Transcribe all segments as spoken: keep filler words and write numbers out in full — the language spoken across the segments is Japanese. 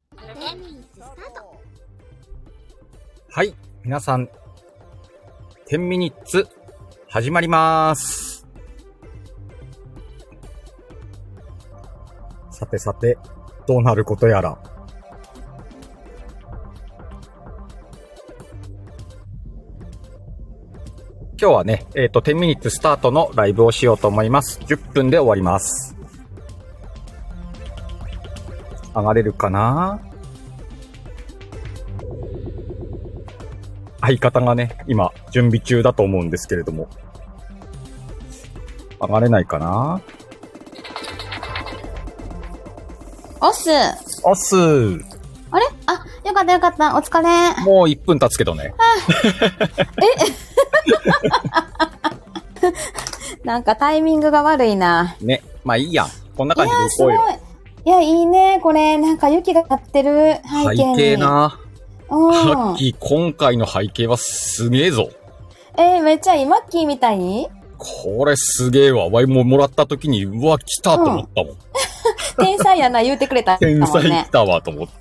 はい、皆さん、じゅうミニッツ始まります。さてさて、どうなることやら。今日はね、えっと、じゅうミニッツスタートのライブをしようと思います。じゅっぷんで終わります。上がれるかな？相方がね、今、準備中だと思うんですけれども。上がれないかな？ おっす。 おっす。 あれ？あ、よかったよかった。お疲れ。 もういっぷん経つけどね。 えなんかタイミングが悪いな。 ね。まあいいやん。こんな感じで行こうよ。 いや、いいね。これ、なんか雪が鳴ってる背景に。 背景な。 うん。 マッキー、今回の背景はすげえぞ。 えー、めっちゃいい。マッキーみたい？ これすげえわ。ワイももらった時に、うわ、来たと思ったもん。うん、 天才やな、言うてくれた、ね。 天才来たわ、と思って。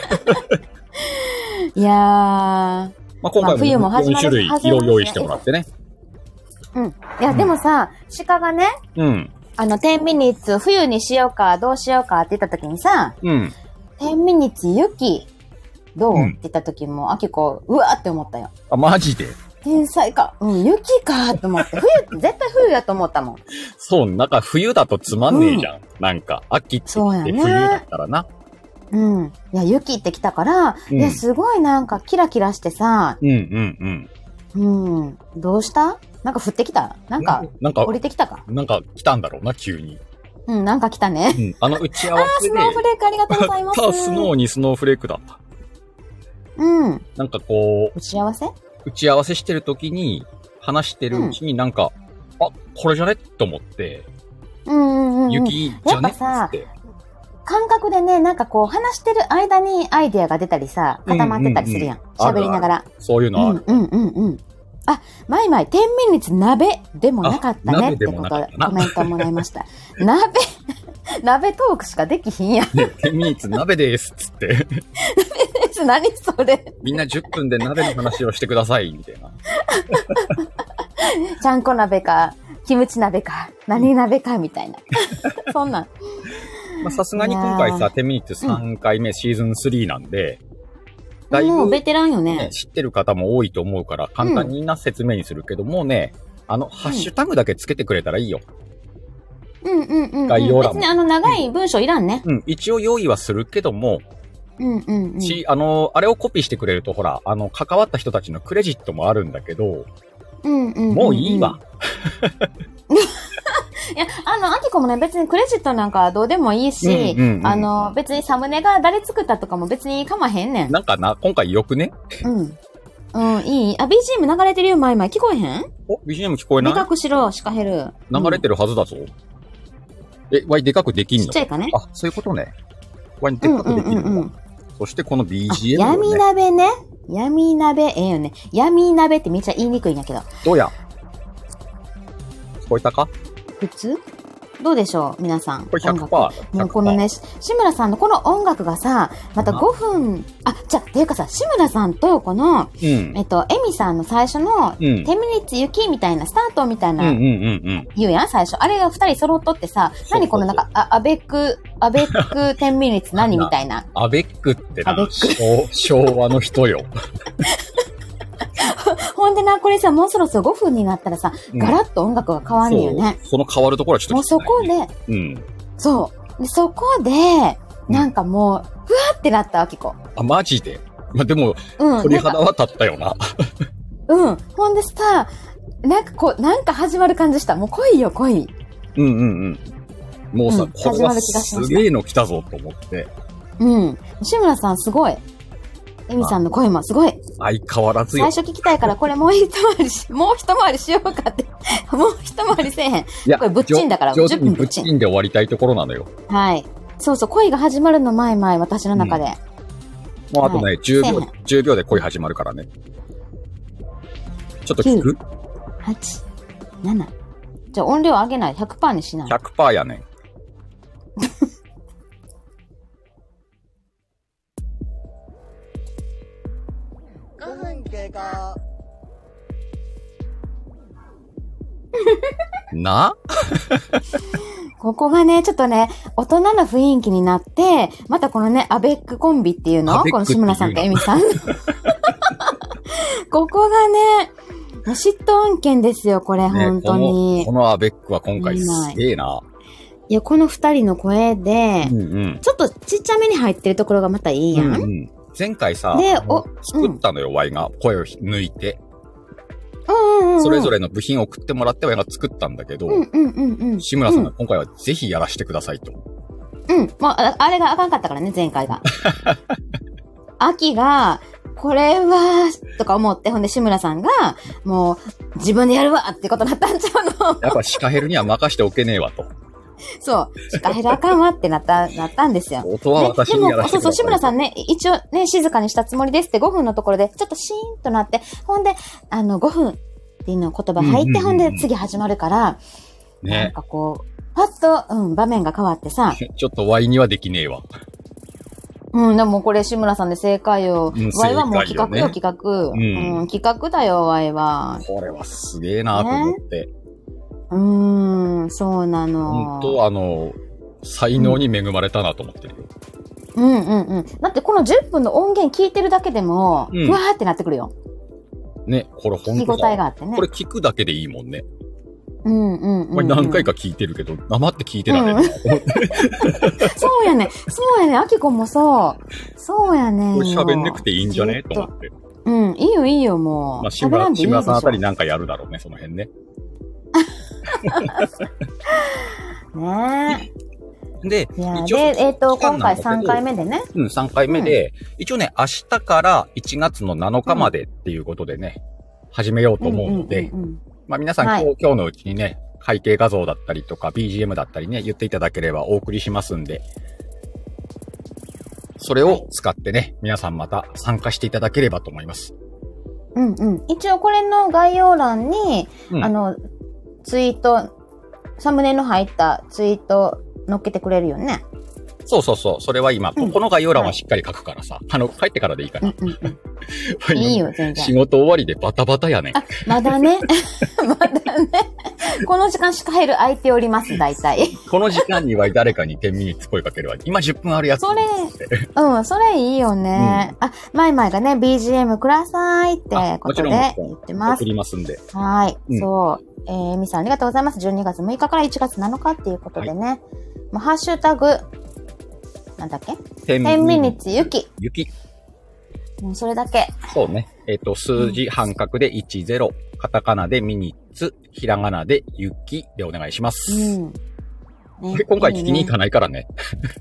いやー。まあ、今回もよん種類色用意してもらってね。 うん。いや、でもさ、鹿がね、 うん。 あの、じゅうミニッツ冬にしようか、どうしようかって言った時にさ、 うん。 じゅうミニッツ雪、どう、 うん、 って言った時も、あきこ、うわーって思ったよ。 あ、マジで？ 天才か。うん、雪かーと思って。冬って絶対冬やと思ったもん。 そう、なんか冬だとつまんねえじゃん。うん、なんか、秋って言って冬だったらな。 うん。いや、雪って来たから、うん、いや、すごいなんかキラキラしてさ。 うんうんうん。うん。どうした？なんか降ってきた？なんか、なんか降りてきたか？ なんか来たんだろうな、急に。 うん、なんか来たね。 うん。あの打ち合わせで。 あー、スノーフレークありがとうございます。 スノーにスノーフレークだった。 うん。 なんかこう。 打ち合わせ？ 打ち合わせしてる時に、話してるうちになんか、うん、あ、これじゃねと思って。 うんうんうん。 雪じゃねやっぱさ、感覚でね、なんかこう話してる間にアイデアが出たりさ、固まってたりするやん。喋、うんうんうん、りながら。 そういうのある。 うんうんうんうん。あ、マイマイ、じゅうミニッツ鍋でもなかったねってことでコメントもらいました。鍋、鍋トークしかできひんやん。 じゅうミニッツ鍋ですっつって。鍋です、何それ。 みんなじゅっぷんで鍋の話をしてください、みたいな。 ちゃんこ鍋か、キムチ鍋か、何鍋か、みたいな。そんなん。 まあさすがに今回さ、じゅうミニッツさんかいめ、うん、シーズンスリーなんで、だいぶ、 もうベテランよね、 ね。知ってる方も多いと思うから、簡単にな説明にするけど、うん、もうね、あの、ハッシュタグだけつけてくれたらいいよ。 うんうんうん、うん。 概要欄。 別にあの長い文章いらんね。 うん、一応用意はするけども、 うんうんうん。 し、あの、あれをコピーしてくれると、ほら、あの、関わった人たちのクレジットもあるんだけど、 うんうんうんうん、 もういいわ。 いや、あの、アキコもね、別にクレジットなんかどうでもいいし、うんうんうん、あの、別にサムネが誰作ったとかも別にかまへんねん。 なんかな、今回よくね。 うん。うん、いい。あ、ビージーエム 流れてるよ、前々。聞こえへん？ お、ビージーエム 聞こえない？ でかくしろ、シカヘル。 流れてるはずだぞ。うん、え、ワイでかくできんの？ ちっちゃいかね。 あ、そういうことね。ワイでかくできるんだ。うんうんうんうん、そしてこの ビージーエム、 ね。闇鍋ね。闇鍋、ええよね。闇鍋ってめっちゃ言いにくいんだけど。 どうや？聞こえたか？ 普通？どうでしょう皆さん。 これ ひゃくパーセント。 もうこのね、志村さんのこの音楽がさ、またごふん、あ、じゃ、っていうかさ、志村さんとこの、うん、えっと、エミさんの最初の、うん、じゅうミニッツ雪みたいな、スタートみたいな、うんうんうんうん、言うやん、最初。あれが二人揃っとってさ、何このなんか、あ、アベック、アベックじゅうミニッツ何みたいな。 アベックってな、アベック昭和の人よ。 ほんでな、これさ、もうそろそろごふんになったらさ、うん、ガラッと音楽が変わんねよね。 そ, その変わるところはちょっと、ね、 もうそこで、うん。そう。でそこで、なんかもう、ふわってなったわけこ。 あ、マジで？まあ、でも、うん、鳥肌は立ったよな。 うん。ほんでさ、なんかこう、なんか始まる感じした。もう来いよ、来い。 うんうんうん。もうさ、うん、これはすげえの来たぞと思って。 うん。志村さんすごい。エミさんの声もすごい。 相変わらずよ。 最初聞きたいから、これもう一回りし、もう一回りしようかって。もう一回りせえへん。いや、これぶっちんだから、 上手にぶっちんで終わりたいところなのよ。 はい。そうそう、恋が始まるの前々、私の中で。 うん、もうあとね、はい、じゅうびょう、じゅうびょうで恋始まるからね。ちょっと聞く？ はち、なな。じゃあ音量上げない。ひゃくパーセント にしない。 ひゃくパーセント やねん。ひゃくパーセント やねん。 ごふん経過。 なここがね、ちょっとね、大人の雰囲気になって、またこのね、アベックコンビっていうのこの志村さんとエミさん。ここがね、嫉妬案件ですよ、これ、ね、本当に。 この、このアベックは今回すげえな。 いや、この二人の声で、うんうん、ちょっとちっちゃめに入ってるところがまたいいやん。うんうん、 前回さ、でお作ったのよ、うん、ワイが声を抜いて。うんうんうん、それぞれの部品を送ってもらってワイが作ったんだけど、うんうんうんうん、志村さんが今回はぜひやらしてくださいと。 うん、もうあ、あれがあかんかったからね、前回が。秋が、これは、とか思って、ほんで志村さんが、もう、自分でやるわってことになったんちゃうの。 やっぱシカヘルには任しておけねえわと。 そう。シカヘルあかんわってなった、なったんですよ。 音は私にやらせてください。 そうそう、志村さんね、一応ね、静かにしたつもりですってごふんのところで、ちょっとシーンとなって、ほんで、あの、ごふんっていうの言葉入って、うんうんうん、ほんで次始まるから、ね。なんかこう、パッと、うん、場面が変わってさ。 ちょっとワイにはできねえわ。 うん、でもこれ志村さんで正解よ。うん、ワイはもう企画よ、企画。うん、うん、企画だよ、ワイは。 これはすげえなと思って。ね、 うーん、そうなの。 本当あの、才能に恵まれたなと思ってるよ。 うん、うん、うんうん。だってこのじゅっぷんの音源聞いてるだけでも、うん、ふわーってなってくるよ。 ね、これ本当聞き応えがあってね。 これ聞くだけでいいもんね。 うんうんうん、うん。 これ何回か聞いてるけど、黙って聞いてられるな、うん、 そうやね。そうやね。あきこもそう。そうやね。 これ喋んなくていいんじゃねと思って。 うん、いいよいいよ、もう。 まあ、志村、志村さんあたりなんかやるだろうね、その辺ね。 ねえ。で、 一応、えっと、今回さんかいめでね。 うん、さんかいめで、うん、一応ね、明日からいちがつのなのかまでっていうことでね、うん、始めようと思うので、うんうんうんうん、まあ皆さん、はい、今日、今日のうちにね、背景画像だったりとか ビージーエム だったりね、言っていただければお送りしますんで、それを使ってね、はい、皆さんまた参加していただければと思います。 うんうん。一応これの概要欄に、うん、あの、ツイート、サムネの入ったツイート載っけてくれるよね。 そうそうそう。それは今、うん、この概要欄はしっかり書くからさ。はい、あの、帰ってからでいいから。うんうんうん、いいよ、全然。仕事終わりでバタバタやねん。 あ、まだね。まだね。この時間しか入る空いております、大体。 この時間には誰かにじゅうミニッツ声かければ、今じゅっぷんあるやつ。 それ、うん、それいいよね。うん、あ、マイマイがね、ビージーエム くださいってことで言ってます。 送りますんで。 はい、うん。そう。えー、みさんありがとうございます。じゅうにがつむいかからいちがつなのかっていうことでね。はい、もうハッシュタグ、なんだっけ ?じゅう ミニッツゆき。 ゆき。 もうそれだけ。 そうね。えっ、ー、と、数字半角でいちゼロ、カタカナでミニッツ、ひらがなでゆきでお願いします。うん。ね、今回聞きに行かないからね。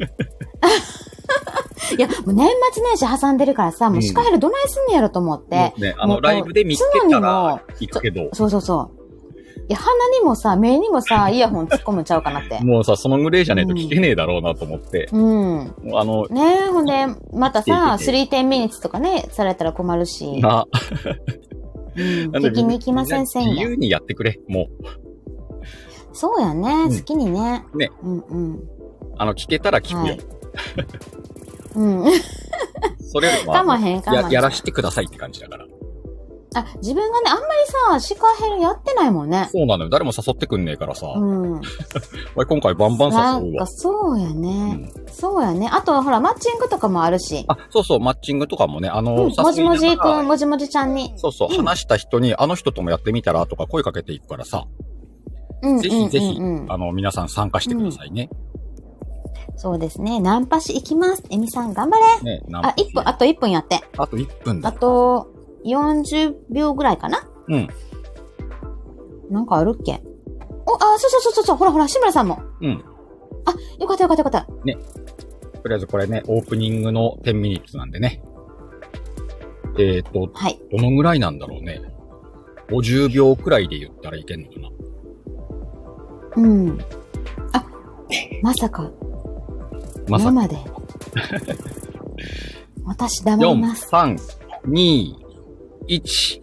いや、もう年末年始挟んでるからさ、もうシカヘルどないすんねやろと思って。 うん、ね、あの、ライブで見つけたら行くけど。 そうそうそう。いや、鼻にもさ、目にもさ、イヤホン突っ込むちゃうかなって。 もうさ、そのぐらいじゃねえと聞けねえだろうなと思って。うん。あの、 ねえ、ほんで、またさ、スリーテンミニッツとかね、されたら困るし。あ。うん。聞きに行きませんせん。 自由にやってくれ、もう。 そうやね、うん、好きにね。 ね。うんうん。あの、聞けたら聞くよ。はい、うん。それよりも、 かまへんかまへん。 や、やらしてくださいって感じだから。 あ、自分がね、あんまりさ、シカヘルやってないもんね。 そうなのよ。誰も誘ってくんねえからさ。うん。今回バンバン誘うわ。 なんかそうやね、うん。そうやね。あと、ほら、マッチングとかもあるし。 あ、そうそう、マッチングとかもね、あの、 うん、もじもじくん、もじもじちゃんに。 そうそう、うん、話した人に、あの人ともやってみたらとか声かけていくからさ。うん。ぜひぜひ、あの、皆さん参加してくださいね。 うん、そうですね。ナンパし行きます。エミさん頑張れ。ね、あ、いっぷん、あといっぷんやって。 あといっぷんだ。 あと、よんじゅうびょうぐらいかな。うん。なんかあるっけ？お、あ、そうそうそうそう、ほらほら、志村さんも。うん。あ、よかったよかったよかった。 ね。とりあえずこれね、オープニングのじゅうミニッツなんでね。えーと、はい。どのぐらいなんだろうね。ごじゅうびょうくらいで言ったらいけんのかな。 うん。あ、まさか。まさか。生で。私黙ります。 よん、さん、に、いち。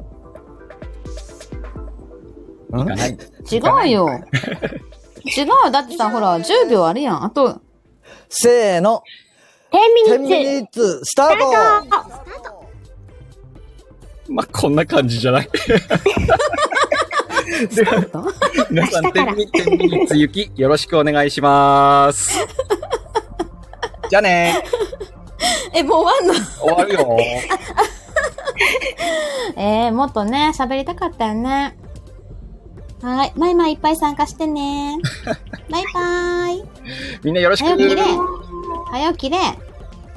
ん？違うよ。違う。だってさ、ほら、じゅうびょうあるやん。あと。 せーの。 じゅうミニッツ。 じゅうミニッツ、スタート。 まあ、こんな感じじゃないでは、皆さん、天秤行き、よろしくお願いします。じゃあねー。え、もう終わんの？ 終わるよ。 えー、もっとね、喋りたかったよね。はい。マイマイいっぱい参加してね。バイバーイ。 みんなよろしく。 早起きれ。早起きれ。